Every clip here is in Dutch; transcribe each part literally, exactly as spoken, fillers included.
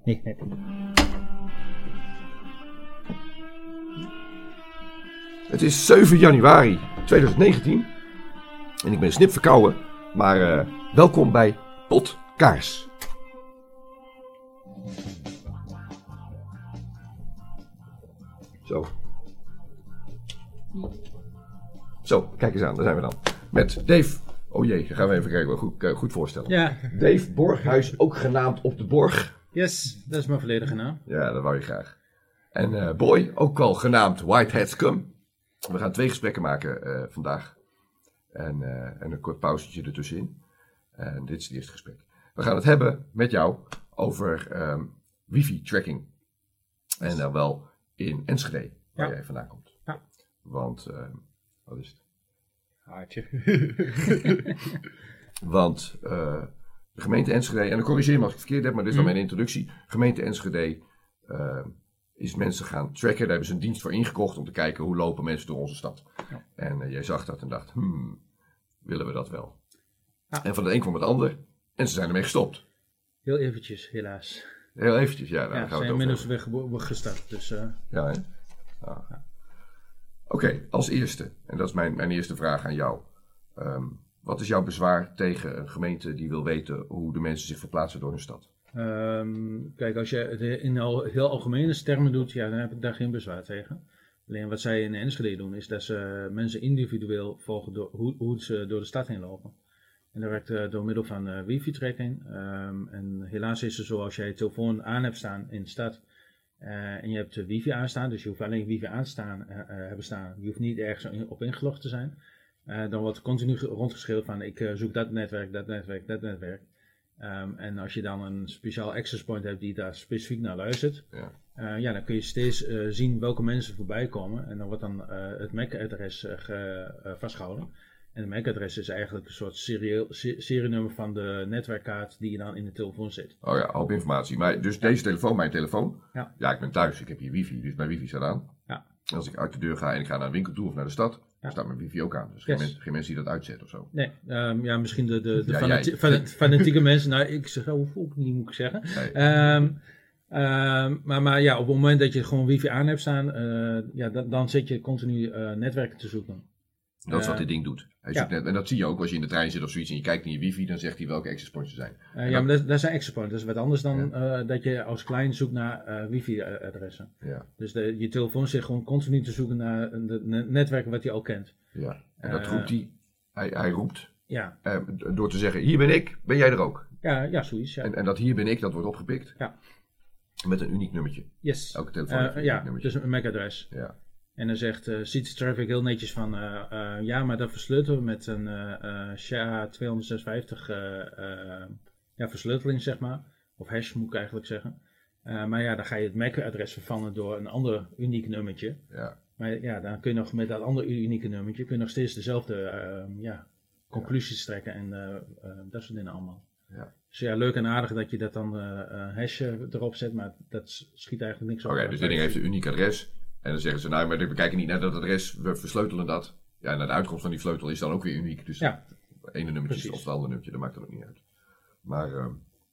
Nee, nee. Het is zeven januari tweeduizend negentien. En ik ben snip verkouden. Maar uh, welkom bij Potkaars. Zo. Zo, kijk eens aan, daar zijn we dan. Met Dave. Oh jee, dan gaan we even kijken, goed, uh, goed voorstellen. Ja. Dave Borghuis, ook genaamd Op de Borg. Yes, dat is mijn volledige naam. Ja, dat wou je graag. En uh, Boy, ook wel genaamd Whitehead Scum. We gaan twee gesprekken maken uh, vandaag. En, uh, en een kort pauzetje ertussenin. En dit is het eerste gesprek. We gaan het hebben met jou over um, wifi-tracking. En dan wel in Enschede, waar ja. jij vandaan komt. Ja. Want, uh, wat is het? Haartje. Want uh, de gemeente Enschede, en dan corrigeer me als ik het verkeerd heb, maar dit is dan mm. mijn introductie. Gemeente Enschede uh, is mensen gaan tracken. Daar hebben ze een dienst voor ingekocht om te kijken hoe lopen mensen door onze stad. Ja. En uh, jij zag dat en dacht, hmm, willen we dat wel? Ja. En van het een kwam het ander en ze zijn ermee gestopt. Heel eventjes, helaas. Heel eventjes, ja. Daar ja, gaan we zijn het inmiddels weg gestart. Dus, uh... Ja, hè? Ah. Ja. Oké, okay, als eerste, en dat is mijn, mijn eerste vraag aan jou. Um, wat is jouw bezwaar tegen een gemeente die wil weten hoe de mensen zich verplaatsen door hun stad? Um, kijk, als je het in al, heel algemene termen doet, ja, dan heb ik daar geen bezwaar tegen. Alleen wat zij in Enschede doen, is dat ze mensen individueel volgen door, hoe, hoe ze door de stad heen lopen. En dat werkt uh, door middel van uh, wifi-tracking. Um, en helaas is het zo, als jij je telefoon aan hebt staan in de stad, Uh, en je hebt uh, wifi aanstaan, dus je hoeft alleen wifi aan te staan, uh, uh, hebben staan. Je hoeft niet ergens in, op ingelogd te zijn. Uh, dan wordt continu rondgeschreeuwd van ik uh, zoek dat netwerk, dat netwerk, dat netwerk. Um, en als je dan een speciaal access point hebt die daar specifiek naar luistert, ja, uh, ja dan kun je steeds uh, zien welke mensen voorbij komen. En dan wordt dan uh, het M A C-adres uh, ge, uh, vastgehouden. En het M A C-adres is eigenlijk een soort serieel, serienummer van de netwerkkaart die je dan in de telefoon zit. Oh ja, hoop informatie. Maar dus ja. Deze telefoon, mijn telefoon. Ja. ja, ik ben thuis, ik heb hier wifi, dus mijn wifi staat aan. Ja. En als ik uit de deur ga en ik ga naar een winkel toe of naar de stad, ja. dan staat mijn wifi ook aan. Dus yes. geen, men, geen mensen die dat uitzetten of zo. Nee, um, ja, misschien de, de, de ja, fanati- fan- fanatieke mensen. Nou, ik zeg, oh, ook niet moet ik zeggen. Nee. Um, um, maar, maar ja, op het moment dat je gewoon wifi aan hebt staan, uh, ja, dan, dan zit je continu uh, netwerken te zoeken. Dat is wat dit ding doet. Hij ja. net, en dat zie je ook als je in de trein zit of zoiets en je kijkt naar je wifi, dan zegt hij welke access points er zijn. Uh, ja, dat, maar dat, dat zijn access points. Dat is wat anders dan ja. uh, dat je als klein zoekt naar uh, wifi-adressen. Ja. Dus de, je telefoon zit gewoon continu te zoeken naar de, de netwerken wat hij al kent. Ja, en dat uh, roept hij. Hij, hij roept ja. uh, door te zeggen, hier ben ik, ben jij er ook? Ja, ja zoiets. Ja. En, en dat hier ben ik, dat wordt opgepikt. Ja. Met een uniek nummertje. Yes. Elke telefoon uh, heeft een ja, uniek nummertje. Dus een M A C-adres. Ja. En dan zegt uh, City Traffic heel netjes van, uh, uh, ja, maar dat versleutelen we met een uh, uh, S H A tweehonderdzesenvijftig uh, uh, ja, versleuteling, zeg maar. Of hash moet ik eigenlijk zeggen. Uh, maar ja, dan ga je het M A C-adres vervangen door een ander uniek nummertje. Ja. Maar ja, dan kun je nog met dat andere unieke nummertje, kun je nog steeds dezelfde uh, ja, conclusies ja. trekken en uh, uh, dat soort dingen allemaal. Ja. Dus ja, leuk en aardig dat je dat dan uh, uh, hash erop zet, maar dat schiet eigenlijk niks op. Oké, okay, dus dit ding heeft een uniek adres. En dan zeggen ze, nou, maar we kijken niet naar dat adres, we versleutelen dat. Ja, en de uitkomst van die sleutel is dan ook weer uniek. Dus ja, het ene nummertje of het andere nummertje, dat maakt er ook niet uit. Maar uh,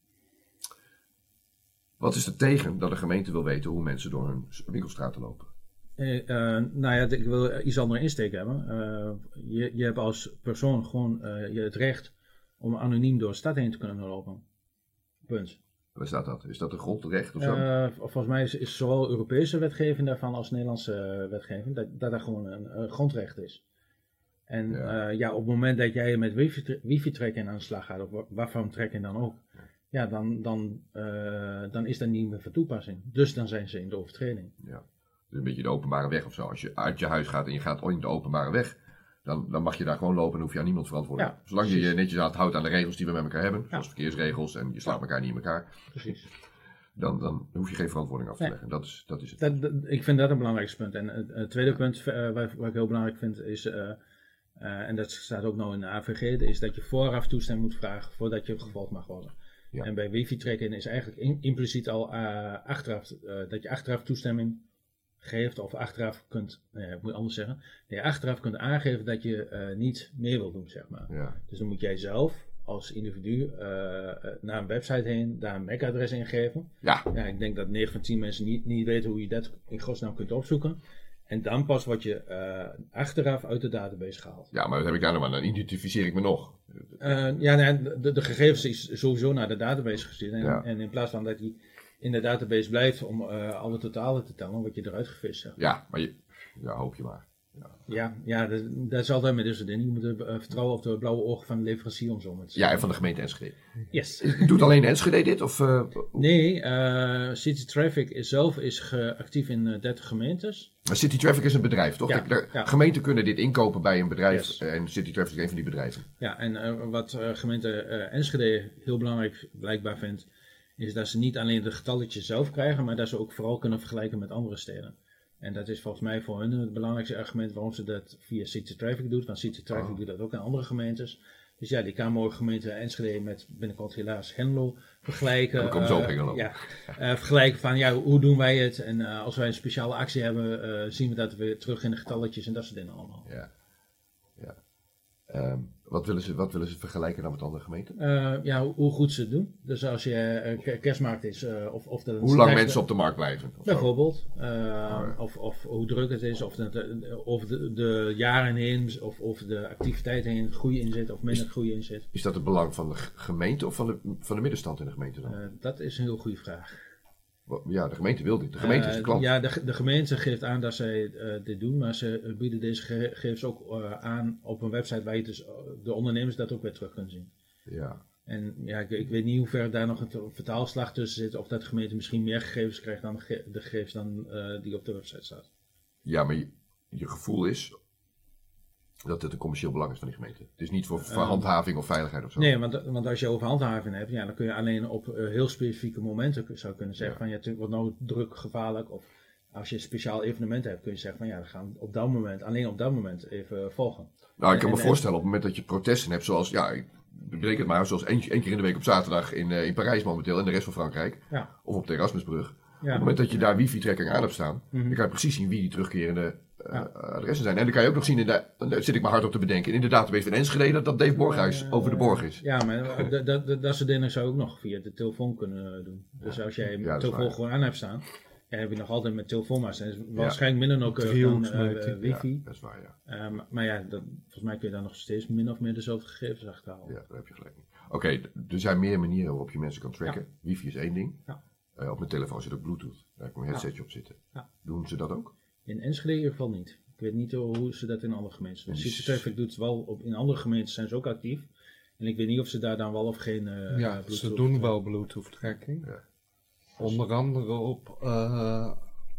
wat is er tegen dat de gemeente wil weten hoe mensen door hun winkelstraten lopen? Uh, uh, nou ja, ik wil iets andere insteek hebben. Uh, je, je hebt als persoon gewoon uh, je het recht om anoniem door de stad heen te kunnen lopen. Punt. Waar staat dat? Is dat een grondrecht of zo? Uh, volgens mij is, is zowel Europese wetgeving daarvan als Nederlandse uh, wetgeving, dat, dat dat gewoon een, een grondrecht is. En ja. Uh, ja, op het moment dat jij met wifi-tracking aan de slag gaat, of waarvan tracking dan ook, ja, ja dan, dan, uh, dan is dat niet meer van toepassing. Dus dan zijn ze in de overtreding. Ja, dus een beetje de openbare weg of zo. Als je uit je huis gaat en je gaat in de openbare weg, dan, dan mag je daar gewoon lopen en hoef je aan niemand verantwoording. Ja, zolang precies. je je netjes aan houdt aan de regels die we met elkaar hebben, zoals ja. verkeersregels en je slaat elkaar niet in elkaar. Precies. Dan, dan hoef je geen verantwoording af te leggen. Nee. Dat, is, dat is het. Dat, dat, ik vind dat een belangrijk punt. En het, het tweede ja. punt uh, wat, wat ik heel belangrijk vind is, uh, uh, en dat staat ook nou in de A V G, is dat je vooraf toestemming moet vragen voordat je gevolgd mag worden. Ja. En bij wifi-tracking is eigenlijk in, impliciet al uh, achteraf, uh, dat je achteraf toestemming geeft of achteraf kunt, nee, ik moet anders zeggen, nee, achteraf kunt aangeven dat je uh, niet meer wil doen, zeg maar. Ja. Dus dan moet jij zelf als individu uh, naar een website heen, daar een M A C-adres ingeven. Ja. ja. Ik denk dat negen van tien mensen niet, niet weten hoe je dat in godsnaam kunt opzoeken. En dan pas word je uh, achteraf uit de database gehaald. Ja, maar dat heb ik daar nog aan. Dan identificeer ik me nog. Uh, ja, nee, de, de gegevens is sowieso naar de database gestuurd. En, Ja. en in plaats van dat die in de database blijft om uh, alle totalen te tellen, word je eruit gevist. Zeg. Ja, maar je, ja, hoop je maar. Ja, ja, ja dat, dat is altijd met dit soort dingen. Je moet uh, vertrouwen op de blauwe ogen van de leverancier om zo met ja, en van de gemeente Enschede. Yes. Doet alleen Enschede dit? Of, uh, nee, uh, City Traffic is zelf is ge- actief in uh, dertig gemeentes. City Traffic is een bedrijf, toch? Ja, de ja. Gemeenten kunnen dit inkopen bij een bedrijf. Yes. En City Traffic is een van die bedrijven. Ja, en uh, wat uh, gemeente uh, Enschede heel belangrijk blijkbaar vindt, is dat ze niet alleen de getalletjes zelf krijgen, maar dat ze ook vooral kunnen vergelijken met andere steden. En dat is volgens mij voor hun het belangrijkste argument waarom ze dat via City Traffic doet. Want City Traffic oh. doet dat ook in andere gemeentes. Dus ja, die kan mooi gemeente Enschede met binnenkort helaas Hengelo vergelijken. Dan komen ze op Hengelo. Uh, ja, uh, vergelijken van ja, hoe doen wij het? En uh, als wij een speciale actie hebben, uh, zien we dat weer terug in de getalletjes en dat soort dingen allemaal. Ja. Ja. Um, wat, willen ze, wat willen ze vergelijken dan met andere gemeenten? Uh, ja, hoe, hoe goed ze het doen. Dus als je uh, kerstmarkt is, uh, of, of dat hoe lang mensen op de markt blijven. Bijvoorbeeld. Uh, oh, ja. of, of hoe druk het is, of, de, of de, de jaren heen, of, of de activiteit heen groei in zit, of minder is, groei in zit. Is dat het belang van de gemeente of van de, van de middenstand in de gemeente dan? Uh, dat is een heel goede vraag. Ja, de gemeente wil dit. De gemeente uh, is de klant. Ja, de, de gemeente geeft aan dat zij uh, dit doen, maar ze bieden deze gegevens ook uh, aan op een website waar je dus uh, de ondernemers dat ook weer terug kunnen zien. Ja. En ja, ik, ik weet niet hoe ver daar nog een vertaalslag tussen zit, of dat de gemeente misschien meer gegevens krijgt dan de, ge- de gegevens dan uh, die op de website staat. Ja, maar je, je gevoel is dat het een commercieel belang is van die gemeente. Het is niet voor, voor uh, handhaving of veiligheid of zo. Nee, want, want als je over handhaving hebt, ja, dan kun je alleen op uh, heel specifieke momenten zou kunnen zeggen ja. van ja, het wordt nou druk, gevaarlijk. Of als je een speciaal evenement hebt, kun je zeggen van ja, we gaan op dat moment, alleen op dat moment even volgen. Nou, ik kan en, me en, voorstellen op het moment dat je protesten hebt, zoals, ja, ik bedenk het maar, zoals één, één keer in de week op zaterdag in, uh, in Parijs momenteel en de rest van Frankrijk. Ja. Of op de Erasmusbrug. Ja. Op het moment dat je daar wifi-tracking aan hebt staan, mm-hmm. dan kan je precies zien wie die terugkerende Uh, ja. adressen zijn. En dan kan je ook nog zien, in de, dan zit ik maar hard op te bedenken, in de database van Enschede dat dat Dave Borghuis uh, over de borg is. Ja, maar dat, dat, dat soort dingen zou je ook nog via de telefoon kunnen doen. Dus ja. als jij je ja, telefoon gewoon aan hebt staan, ja, heb je nog altijd met telefoonmasten. Dat is waarschijnlijk ja. minder ook uh, dan uh, wifi. Ja, dat is waar, ja. Um, maar ja, dat, volgens mij kun je daar nog steeds min of meer dezelfde gegevens achterhalen. Ja, daar heb je gelijk in. Oké, okay, er zijn meer manieren waarop je mensen kan tracken. Ja. Wifi is één ding. Ja. Uh, op mijn telefoon zit ook Bluetooth. Daar kan een headsetje ja. op zitten. Ja. Doen ze dat ook? In Enschede in ieder geval niet. Ik weet niet hoe ze dat in andere gemeenten doen. City Traffic doet het wel, op, in andere gemeenten zijn ze ook actief. En ik weet niet of ze daar dan wel of geen uh, ja, Bluetooth ze doen wel Bluetooth tracking. Ja. Onder andere op uh,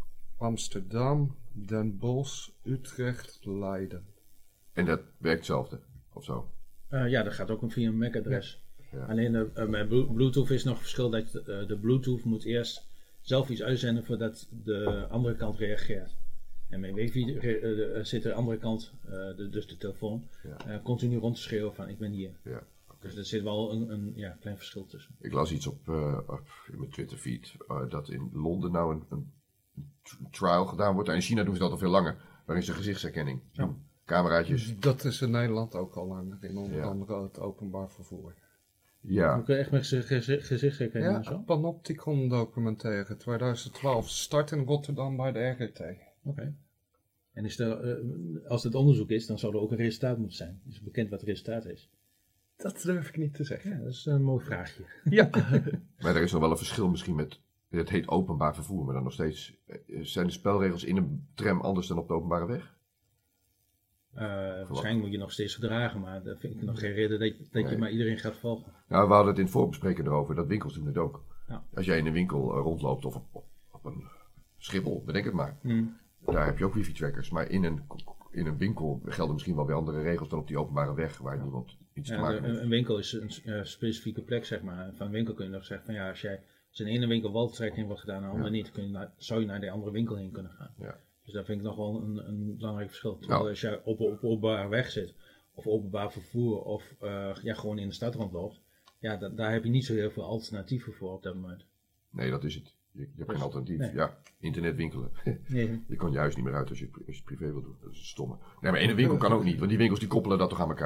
Amsterdam, Den Bosch, Utrecht, Leiden. En dat werkt hetzelfde, of zo? Uh, ja, dat gaat ook via een M A C-adres. Ja. Ja. Alleen uh, met Bluetooth is nog een verschil dat uh, de Bluetooth moet eerst zelf iets uitzenden voordat de andere kant reageert. En met wifi uh, zit de andere kant, uh, de, dus de telefoon, ja. uh, continu rond te schreeuwen van ik ben hier. Ja, okay. Dus er zit wel een, een ja, klein verschil tussen. Ik las iets op, uh, op in mijn Twitter feed uh, dat in Londen nou een, een trial gedaan wordt. En in China doen ze dat al veel langer. Waarin ze gezichtsherkenning doen. Ja. Cameraatjes. Dat is in Nederland ook al langer. In onder ja. andere het openbaar vervoer. Ja. Ook echt met gezichtsherkenning ja, en zo? Panopticon documentaire twintig twaalf. Start in Rotterdam bij de R R T. Oké. Okay. En is er, uh, als het onderzoek is, dan zou er ook een resultaat moeten zijn. Is bekend wat het resultaat is? Dat durf ik niet te zeggen. Ja, dat is een mooi vraagje. Ja. Maar er is nog wel een verschil misschien met, het heet openbaar vervoer, maar dan nog steeds, zijn de spelregels in een tram anders dan op de openbare weg? Uh, waarschijnlijk moet je nog steeds gedragen, maar dat vind ik nog geen reden dat, je, dat nee. je maar iedereen gaat volgen. Nou, we hadden het in het voorbespreken erover, dat winkels doen het ook. Ja. Als jij in een winkel uh, rondloopt of op, op, op een Schiphol, bedenk het maar. Mm. Daar heb je ook wifi-trackers, maar in een, in een winkel gelden misschien wel weer andere regels dan op die openbare weg waar ja. niemand iets ja, te maken heeft. Een, een winkel is een uh, specifieke plek, zeg maar. Van een winkel kun je nog zeggen van ja, als, jij, als in de ene winkel waldtrekking wordt gedaan en de andere ja. niet, kun je naar, zou je naar de andere winkel heen kunnen gaan. Ja. Dus dat vind ik nog wel een, een belangrijk verschil. Terwijl nou. als je op, op openbare weg zit, of openbaar vervoer, of uh, ja, gewoon in de stad rondloopt, ja, da, daar heb je niet zo heel veel alternatieven voor op dat moment. Nee, dat is het. Je, je hebt dus, geen alternatief. Nee. Ja, internet winkelen. Nee. Je kan je huis niet meer uit als je, als je privé wil doen. Dat is stomme. Nee, maar in een winkel kan ook niet, want die winkels die koppelen dat toch aan elkaar.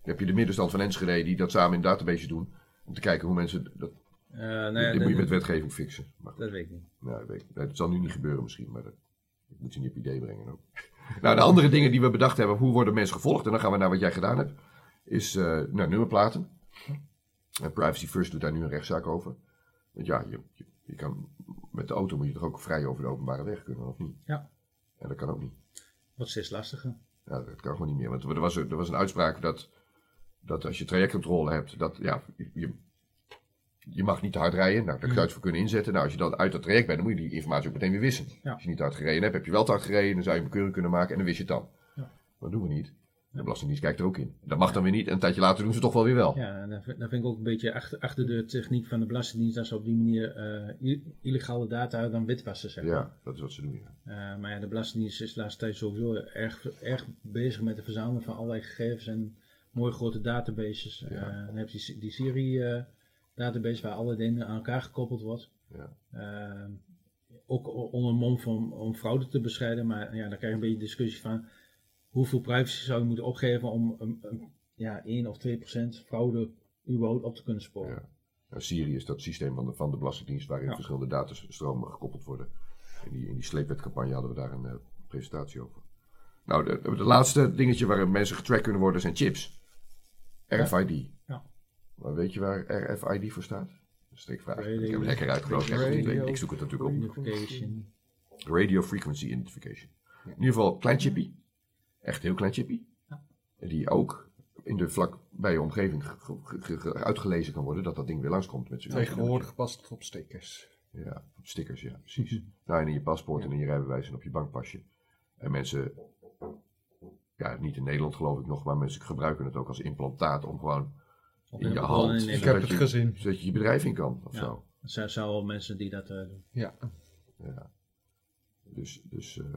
heb je de middenstand van Enschede die dat samen in database doen. Om te kijken hoe mensen dat... Uh, nou ja, dit moet je met wetgeving fixen. Maar, dat weet ik niet. Nou, dat, weet ik, dat zal nu niet gebeuren misschien, maar dat, dat moet je niet op idee brengen ook. Nou, de andere dingen die we bedacht hebben, hoe worden mensen gevolgd? En dan gaan we naar wat jij gedaan hebt. Is uh, nou, nummerplaten. En Privacy First doet daar nu een rechtszaak over. Want ja, je, je, je kan, met de auto moet je toch ook vrij over de openbare weg kunnen, of niet? Ja. En dat kan ook niet. Wat steeds lastiger. Ja, dat kan gewoon niet meer. Want er was, er was een uitspraak dat, dat als je trajectcontrole hebt, dat ja, je, je mag niet te hard rijden. Nou, daar kun je het voor kunnen inzetten. Nou, als je dan uit dat traject bent, dan moet je die informatie ook meteen weer wissen. Ja. Als je niet te hard gereden hebt, heb je wel te hard gereden, dan zou je een bekeuring kunnen maken en dan wist je het dan. Ja. Maar dat doen we niet. De Belastingdienst kijkt er ook in. Dat mag dan weer niet en een tijdje later doen ze het toch wel weer wel. Ja, en dat vind ik ook een beetje achter, achter de techniek van de Belastingdienst, dat ze op die manier uh, illegale data dan witwassen, zeg maar. Ja, dat is wat ze doen, ja. Uh, maar ja, de Belastingdienst is de laatste tijd sowieso erg, erg bezig met het verzamelen van allerlei gegevens en mooie grote databases. Ja. Uh, dan heb je die, die Siri-database uh, waar alle dingen aan elkaar gekoppeld wordt. Ja. Uh, ook onder mom van om fraude te bestrijden, maar ja, dan krijg je een beetje discussie van hoeveel privacy zou je moeten opgeven om um, um, ja, één of twee procent fraude überhaupt op te kunnen sporen. Ja. Nou, Siri is dat systeem van de, van de Belastingdienst waarin ja. verschillende datastromen gekoppeld worden. In die, in die sleepwetcampagne hadden we daar een uh, presentatie over. Nou, de, de laatste dingetje waar mensen getrackt kunnen worden zijn chips. R F I D. Ja. Ja. Maar weet je waar R F I D voor staat? Dat is een steekvraag. Radio, ik heb het lekker uitgekozen. Ik zoek het natuurlijk op. Radio Frequency Identification. Ja. In ieder geval klein chippy. Echt heel klein chippy. Ja. Die ook in de vlak bij je omgeving ge, ge, ge, ge, uitgelezen kan worden dat dat ding weer langskomt met zijn. Tegenwoordig past het op stickers. Ja, op stickers, ja, precies. Mm-hmm. Nou, en in je paspoort ja. en in je rijbewijs en op je bankpasje. En mensen, ja, niet in Nederland geloof ik nog, maar mensen gebruiken het ook als implantaat om gewoon op in je hand. In ik heb het je, gezien. Zodat je je bedrijf in kan, of ja. zo. Er zijn wel mensen die dat uh, doen. Ja. Ja. Dus, dus, uh,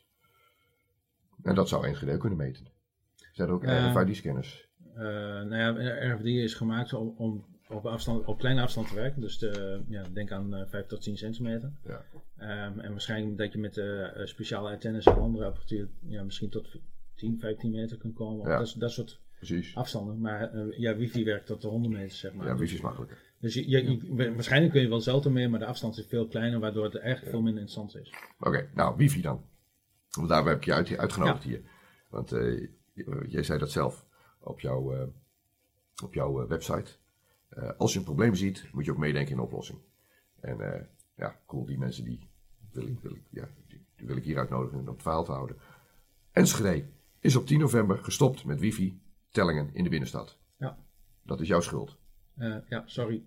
en dat zou Enschede kunnen meten. Zijn er ook uh, R F I D-scanners? Uh, nou ja, R F I D is gemaakt om, om op, afstand, op kleine afstand te werken. Dus de, ja, denk aan uh, vijf tot tien centimeter. Ja. Um, en waarschijnlijk dat je met uh, speciale antennes en andere apparatuur ja, misschien tot tien, vijftien meter kunt komen. Ja. Dat, dat soort Precies. afstanden. Maar uh, ja, wifi werkt tot de honderd meter, zeg maar. Ja, wifi is makkelijker. Dus je, je, je, waarschijnlijk kun je wel zelf mee, maar de afstand is veel kleiner, waardoor het eigenlijk ja. veel minder interessant is. Oké, okay, nou, wifi dan. Want daar heb ik je uit, uitgenodigd ja. hier. Want uh, jij zei dat zelf op jouw, uh, op jouw uh, website. Uh, als je een probleem ziet, moet je ook meedenken in de oplossing. En uh, ja, cool, die mensen die wil ik, wil ik, ja, die, die wil ik hier uitnodigen om het verhaal te houden. Enschede is op tien november gestopt met wifi-tellingen in de binnenstad. Ja. Dat is jouw schuld. Uh, ja, sorry.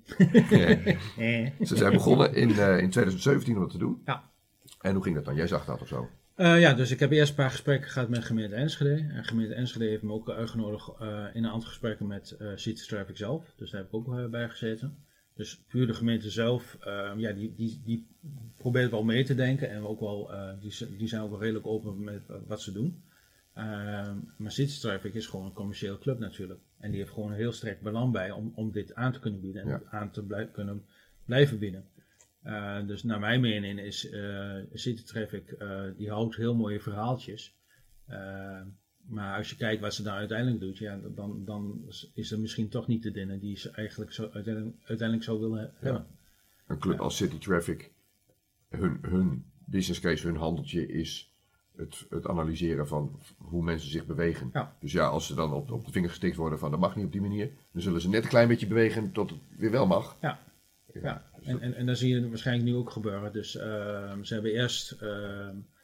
ja. Ze zijn begonnen in, uh, in twintig zeventien om dat te doen. Ja. En hoe ging dat dan? Jij zag dat of zo? Uh, ja, dus ik heb eerst een paar gesprekken gehad met gemeente Enschede. En gemeente Enschede heeft me ook uitgenodigd uh, in een aantal gesprekken met uh, Cities Traffic zelf. Dus daar heb ik ook uh, bij gezeten. Dus puur de gemeente zelf, uh, ja, die, die, die probeert wel mee te denken. En ook wel, uh, die, die zijn ook wel redelijk open met uh, wat ze doen. Uh, maar Cities Traffic is gewoon een commerciële club natuurlijk. En die heeft gewoon een heel sterk belang bij om, om dit aan te kunnen bieden. En ja. aan te blij, kunnen blijven bieden. Uh, dus naar mijn mening is uh, City Traffic, uh, die houdt heel mooie verhaaltjes. Uh, maar als je kijkt wat ze dan uiteindelijk doet, ja, dan, dan is er misschien toch niet de dingen die ze eigenlijk zo uiteindelijk, uiteindelijk zou willen ja. hebben. Een club ja. als City Traffic, hun, hun business case, hun handeltje is het, het analyseren van hoe mensen zich bewegen. Ja. Dus ja, als ze dan op, op de vinger gestikt worden van dat mag niet op die manier, dan zullen ze net een klein beetje bewegen tot het weer wel mag. Ja. Ja, ja. En, en, en dat zie je waarschijnlijk nu ook gebeuren. Dus uh, ze hebben eerst, uh,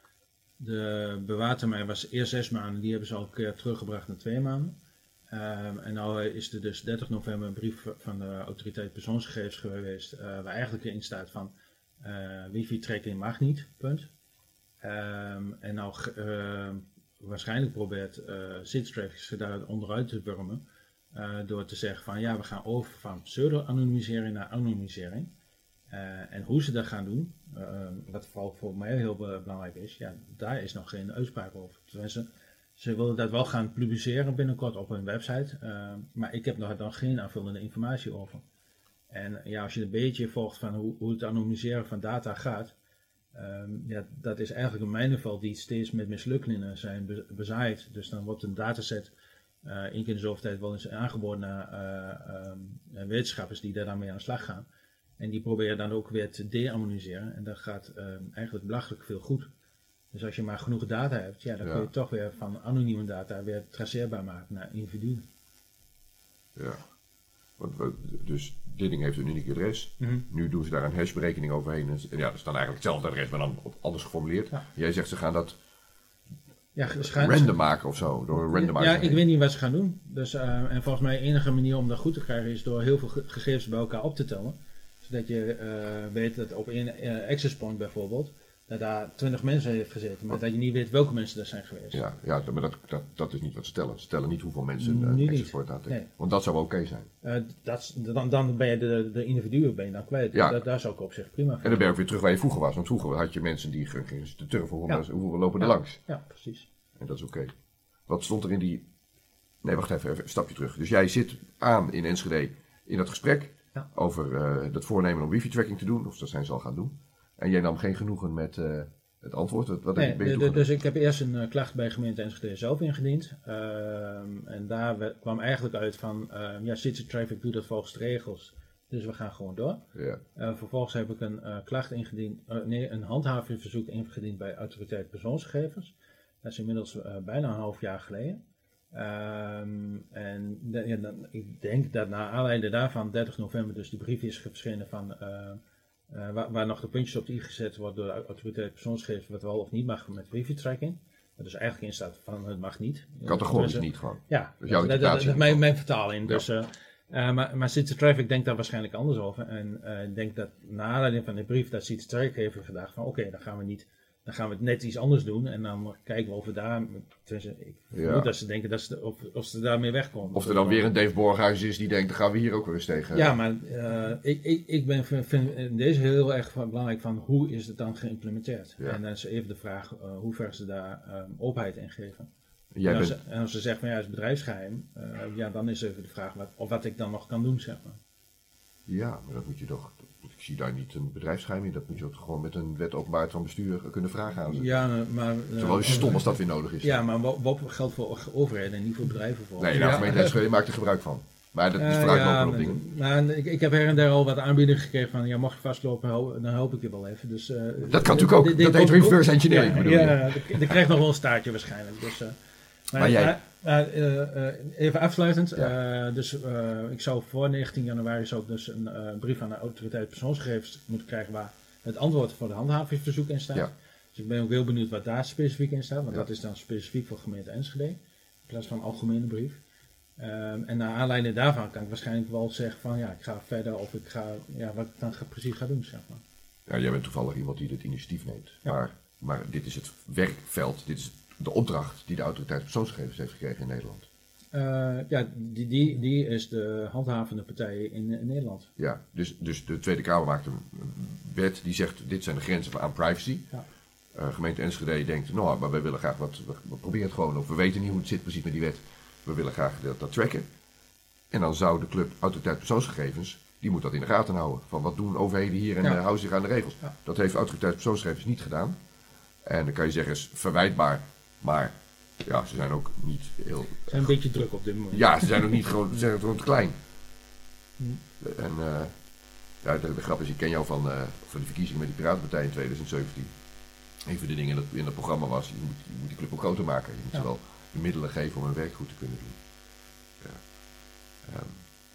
de bewaartermijn was eerst zes maanden, die hebben ze al een keer teruggebracht naar twee maanden. Uh, en nu is er dus dertig november een brief van de autoriteit persoonsgegevens geweest, uh, waar eigenlijk in staat van uh, wifi-tracking mag niet, punt. Uh, en nou uh, waarschijnlijk probeert uh, Cities Traffic zich daar onderuit te wurmen. Uh, door te zeggen van ja, we gaan over van pseudo-anonymisering naar anonymisering. Uh, en hoe ze dat gaan doen, uh, wat vooral voor mij heel belangrijk is, ja, daar is nog geen uitspraak over. Tenminste, ze willen dat wel gaan publiceren binnenkort op hun website, uh, maar ik heb nog dan geen aanvullende informatie over. En ja, als je een beetje volgt van hoe, hoe het anonymiseren van data gaat, um, ja, dat is eigenlijk een mijnenval die steeds met mislukkingen zijn be- bezaaid. Dus dan wordt een dataset uh, één keer in de zoveel tijd wel eens aangeboden naar uh, um, wetenschappers die daar dan mee aan de slag gaan. En die proberen dan ook weer te de-anonymiseren. En dat gaat um, eigenlijk belachelijk veel goed. Dus als je maar genoeg data hebt, ja, dan ja. kun je toch weer van anonieme data weer traceerbaar maken naar individuen. Ja, want, dus dit ding heeft een uniek adres. Mm-hmm. Nu doen ze daar een hashberekening overheen. En ja, dat is dan eigenlijk hetzelfde adres, maar dan anders geformuleerd. Ja. Jij zegt ze gaan dat ja, ze gaan, random ze, maken of zo, door een randomizer. Ja, ik weet niet wat ze gaan doen. Dus, uh, en volgens mij de enige manier om dat goed te krijgen is door heel veel ge- gegevens bij elkaar op te tellen. Zodat je uh, weet dat op één uh, access point bijvoorbeeld, dat daar twintig mensen heeft gezeten, maar dat je niet weet welke mensen er zijn geweest. Ja, ja maar dat, dat, dat is niet wat ze stellen. Ze stellen niet hoeveel mensen een uh, access point hadden. Nee. Want dat zou oké okay zijn. Uh, dat, dan, dan ben je de, de individuen ben je dan kwijt. Ja. Dat, daar zou ik op zich prima vinden. En dan ben je ook weer terug waar je vroeger was. Want vroeger had je mensen die gingen te turven hoeveel, ja. mensen, hoeveel lopen er ja. langs. Ja, precies. En dat is oké. Okay. Wat stond er in die... Nee, wacht even, even een stapje terug. Dus jij zit aan in Enschede in dat gesprek ja. over uh, dat voornemen om wifi-tracking te doen. Of dat zijn ze al gaan doen. En jij nam geen genoegen met uh, het antwoord. Wat, wat nee, heb je de, de, dus ik heb eerst een uh, klacht bij gemeente Enschede zelf ingediend. Uh, en daar werd, kwam eigenlijk uit van... Uh, ja, City Traffic doet dat volgens de regels. Dus we gaan gewoon door. Ja. Uh, vervolgens heb ik een uh, klacht ingediend... Uh, nee, een handhavingsverzoek ingediend bij Autoriteit Persoonsgegevens. Dat is inmiddels uh, bijna een half jaar geleden. Um, en de, ja, dan, ik denk dat na aanleiding daarvan dertig november dus de brief is verschenen van... Uh, uh, waar, waar nog de puntjes op de i gezet wordt door de Autoriteit Persoonsgegevens wat wel of niet mag met wifi-tracking. Dat dus eigenlijk in staat van het mag niet. Categorisch dus, niet gewoon. Ja, dat is jouw dat, dat, dat, dat mijn, mijn vertaling. Ja. Dus, uh, uh, maar, maar City Traffic denkt daar waarschijnlijk anders over. En uh, ik denk dat na aanleiding van de brief dat City Traffic heeft gedacht van oké, okay, dan gaan we niet... Dan gaan we het net iets anders doen en dan kijken we of we daar... Ik vermoed ja. dat ze denken dat ze, of, of ze daarmee wegkomen. Of er dan weer een Dave Borghuis is die denkt, dan gaan we hier ook weer eens tegen. Ja, maar uh, ik, ik, ik ben, vind in deze heel erg belangrijk van hoe is het dan geïmplementeerd. Ja. En dan is even de vraag uh, hoe ver ze daar um, openheid in geven. Jij en, als bent... ze, en als ze zeggen van ja, het is bedrijfsgeheim, uh, ja, dan is even de vraag wat, of wat ik dan nog kan doen, zeg maar. Ja, maar dat moet je toch... Ik zie daar niet een bedrijfsgeheim in. Dat moet je ook gewoon met een wet openbaarheid van bestuur kunnen vragen aan ze. Ja, maar... Zowel is stom als dat weer nodig is. Ja, maar W O P geldt voor overheden en niet voor bedrijven. Voor. Nee, nou, gemeente Enschede maakt er gebruik van. Maar dat is uh, vooruitlopen ja, op dingen. Maar, ik, ik heb her en der al wat aanbiedingen gekregen van, ja, mocht je vastlopen, dan help ik je wel even. Dus, uh, dat kan natuurlijk ook. De, de, dat heet reverse engineering, ja, bedoel je? Ja, dat krijgt nog wel een staartje waarschijnlijk. Dus, uh, maar, maar jij... Uh, uh, uh, even afsluitend. Ja. Uh, dus uh, ik zou voor negentien januari zou ik dus een uh, brief aan de Autoriteit Persoonsgegevens moeten krijgen waar het antwoord voor de handhavingsverzoek in staat. Ja. Dus ik ben ook heel benieuwd wat daar specifiek in staat, want ja. dat is dan specifiek voor gemeente Enschede, in plaats van een algemene brief. Um, en naar aanleiding daarvan kan ik waarschijnlijk wel zeggen van ja, ik ga verder of ik ga, ja, wat ik dan ga, precies ga doen, zeg maar. Ja, jij bent toevallig iemand die dit initiatief neemt, ja. maar, maar dit is het werkveld, dit is de opdracht die de Autoriteit Persoonsgegevens heeft gekregen in Nederland. Uh, ja, die, die, die is de handhavende partij in, in Nederland. Ja, dus, dus de Tweede Kamer maakt een wet die zegt dit zijn de grenzen van aan privacy. Ja. Uh, gemeente Enschede denkt, nou, maar wij willen graag wat, we, we proberen het gewoon, of we weten niet hoe het zit precies met die wet. We willen graag dat, dat tracken. En dan zou de club Autoriteit Persoonsgegevens, die moet dat in de gaten houden. Van wat doen overheden hier en ja. uh, houden zich aan de regels. Ja. Dat heeft Autoriteit Persoonsgegevens niet gedaan. En dan kan je zeggen, is verwijtbaar, maar ja, ze zijn ook niet heel... Ze zijn een beetje druk op dit moment. Ja, ze zijn ook niet gewoon, ze zijn ook gewoon te klein. Hmm. En uh, ja, de, de grap is, ik ken jou van, uh, van de verkiezingen met die Piratenpartij in twintig zeventien. Een van de dingen dat in dat programma was, je moet, je moet die club ook groter maken. Je moet ja. ze wel de middelen geven om hun werk goed te kunnen doen. Ja. Um,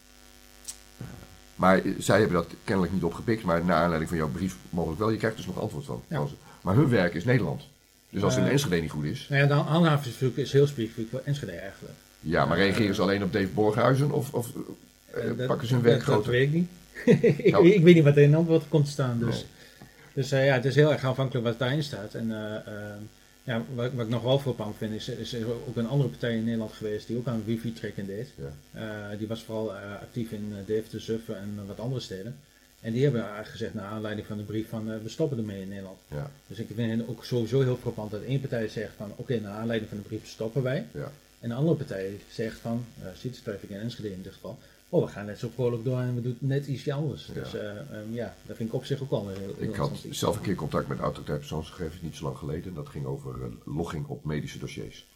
uh, maar zij hebben dat kennelijk niet opgepikt, maar naar aanleiding van jouw brief mogelijk wel. Je krijgt dus nog antwoord van. Ja. Maar hun werk is Nederland. Dus als het uh, in Enschede niet goed is... Nou ja, de handhavingsverzoek is heel specifiek voor Enschede eigenlijk. Ja, maar reageren uh, ze alleen op Dave Borghuizen of, of uh, uh, pakken ze hun werk dat, groter? Dat weet ik niet. ik, nou, ik weet niet wat er in antwoord komt te staan. Dus, nee. dus uh, ja, het is heel erg afhankelijk wat daarin staat. En uh, uh, ja, wat, wat ik nog wel voorpand vind is, is er ook een andere partij in Nederland geweest die ook aan wifi-tracking deed. Ja. Uh, die was vooral uh, actief in uh, Deventer, Zutphen en uh, wat andere steden. En die hebben eigenlijk gezegd naar aanleiding van de brief van uh, we stoppen ermee in Nederland. Ja. Dus ik vind het ook sowieso heel frappant dat één partij zegt van oké, okay, naar aanleiding van de brief stoppen wij. Ja. En de andere partij zegt van, uh, City Traffic in Enschede in dit geval, oh we gaan net zo vrolijk door en we doen net ietsje anders. Ja. Dus uh, um, ja, dat vind ik op zich ook al heel, heel Ik had zelf een keer contact met Autoriteit Persoonsgegevens niet zo lang geleden. Dat ging over uh, logging op medische dossiers.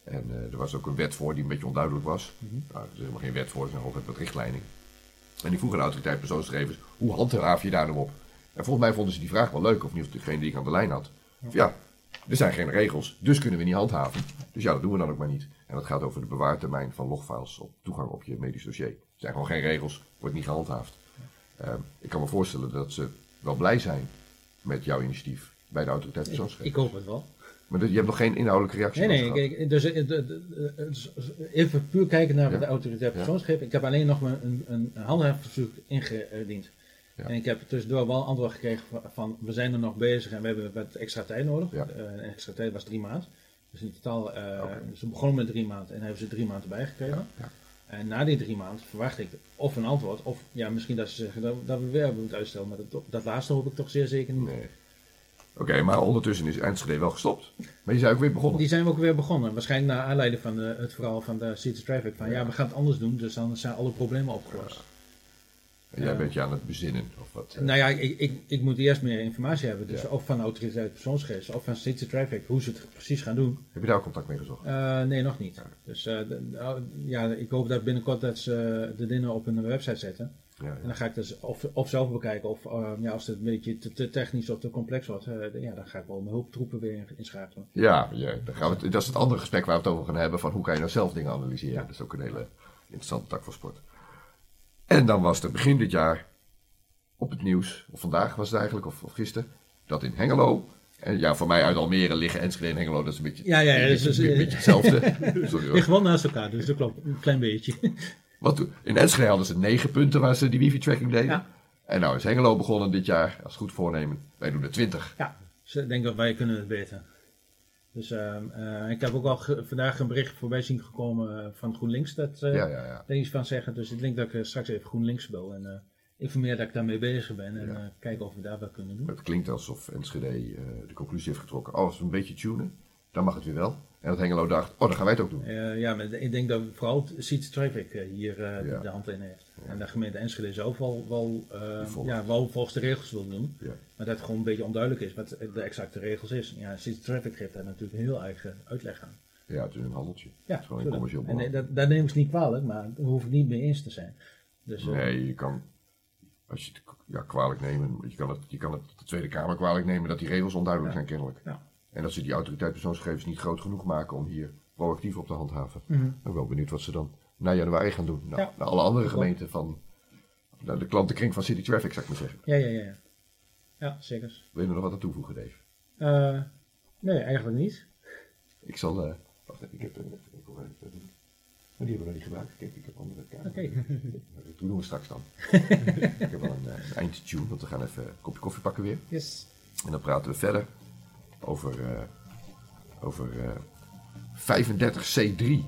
En uh, er was ook een wet voor die een beetje onduidelijk was. Mm-hmm. Nou, er is helemaal geen wet voor, er zijn altijd wat richtlijnen. En die vroegen de autoriteit persoonsgegevens, hoe handhaaf je daar nou op? En volgens mij vonden ze die vraag wel leuk, of niet of degene die ik aan de lijn had. Of ja, er zijn geen regels, dus kunnen we niet handhaven. Dus ja, dat doen we dan ook maar niet. En dat gaat over de bewaartermijn van logfiles op toegang op je medisch dossier. Er zijn gewoon geen regels, wordt niet gehandhaafd. Uh, ik kan me voorstellen dat ze wel blij zijn met jouw initiatief bij de autoriteit persoonsgegevens. Ik hoop het wel. Maar je hebt nog geen inhoudelijke reactie Nee, gehad? nee, kijk, dus, dus even puur kijken naar Ja. de autoriteit persoonsgegevens. Ik heb alleen nog maar een, een handhaafverzoek ingediend. Ja. En ik heb tussendoor wel antwoord gekregen van, van, we zijn er nog bezig en we hebben wat extra tijd nodig. Ja. Uh, extra tijd was drie maanden. Dus in totaal, uh, okay. ze begonnen met drie maanden en hebben ze drie maanden bijgekregen. Ja. Ja. En na die drie maanden verwacht ik of een antwoord, of ja, misschien dat ze zeggen dat, dat we weer moeten uitstellen. Maar dat, dat laatste hoop ik toch zeer zeker niet. Nee. Oké, okay, maar ondertussen is Enschede wel gestopt. Maar die zijn ook weer begonnen. Die zijn we ook weer begonnen. Waarschijnlijk naar aanleiding van de, het verhaal van de City Traffic. Van ja. ja, we gaan het anders doen, dus dan zijn alle problemen opgelost. Ja. En jij uh, bent je aan het bezinnen? Of wat, uh... Nou ja, ik, ik, ik moet eerst meer informatie hebben. Dus ja. of van de autoriteit persoonsgegevens, of van City Traffic, hoe ze het precies gaan doen. Heb je daar ook contact mee gezocht? Uh, nee, nog niet. Ja. Dus uh, de, ja, ik hoop dat binnenkort dat ze de dingen op hun website zetten. Ja, ja. En dan ga ik dus of, of zelf bekijken, of uh, ja, als het een beetje te, te technisch of te complex wordt, uh, ja, dan ga ik wel mijn hulptroepen weer inschakelen. Ja, ja dan gaan we het, dat is het andere gesprek waar we het over gaan hebben, van hoe kan je nou zelf dingen analyseren. Ja. Dat is ook een hele interessante tak van sport. En dan was er begin dit jaar op het nieuws, of vandaag was het eigenlijk, of, of gisteren, dat in Hengelo, en ja, voor mij uit Almere liggen Enschede en Hengelo, dat is een beetje, ja, ja, ja, een, dus, beetje, een beetje hetzelfde. Sorry hoor. Ligt wel naast elkaar, dus dat klopt, een klein beetje. Wat, in Enschede hadden ze negen punten waar ze die wifi-tracking deden. Ja. En nou is Hengelo begonnen dit jaar, als goed voornemen. Wij doen er twintig. Ja, dus ik denk dat wij kunnen het beter. Dus uh, uh, ik heb ook al ge- vandaag een bericht voorbij zien gekomen uh, van GroenLinks. Dat uh, ja, ja, ja. daar iets van zeggen. Dus ik denk dat ik uh, straks even GroenLinks bel. En uh, informeer dat ik daarmee bezig ben. En ja. uh, kijken of we daar wat kunnen doen. Het klinkt alsof Enschede uh, de conclusie heeft getrokken. Oh, als we een beetje tunen, dan mag het weer wel. En dat Hengelo dacht, oh, dan gaan wij het ook doen. Uh, ja, maar ik denk dat vooral City Traffic uh, hier uh, ja. de hand in heeft. Ja. En de gemeente Enschede zelf wel, wel, uh, ja, wel volgens de regels wil doen. Ja. Maar dat het gewoon een beetje onduidelijk is wat de exacte regels is. Ja, City Traffic geeft daar natuurlijk een heel eigen uitleg aan. Ja, het is een handeltje. Ja, het is gewoon een commercieel belang. En dat, dat neem ik niet kwalijk, maar daar hoef ik niet mee eens te zijn. Dus, uh, nee, je kan, als je het ja, kwalijk nemen, je kan, het, je kan het de Tweede Kamer kwalijk nemen dat die regels onduidelijk ja. zijn kennelijk. Ja. En dat ze die autoriteit persoonsgegevens niet groot genoeg maken om hier proactief op te handhaven. Mm-hmm. Ik ben wel benieuwd wat ze dan na januari gaan doen. Nou, ja. Naar alle andere gemeenten van naar de klantenkring van City Traffic, zou ik maar zeggen. Ja, ja, ja. Ja, ja zeker. Wil je er nog wat aan toevoegen, Dave? Uh, nee, eigenlijk niet. Ik zal... Uh, wacht even, ik heb er... Ik kom even doen. Maar die hebben we nog niet gebruikt. Kijk, ik heb andere kaarten. Oké. Okay. Dat doen we straks dan. Ik heb wel een, een eindtune, want we gaan even een kopje koffie pakken weer. Yes. En dan praten we verder over, uh, over uh, vijfendertig C drie.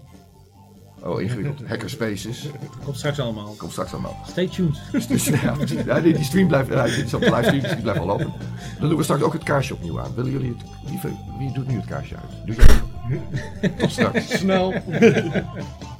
Oh, ingewikkeld. Hackerspaces. Komt straks allemaal. Komt straks allemaal. Stay tuned. Dus, ja, ja, die, die stream blijft, uh, dit is op de livestream, dus die blijft al lopen. Dan doen we straks ook het kaarsje opnieuw aan. Willen jullie het, wie, wie doet nu het kaarsje uit? Doe jij het? Tot straks. Snel.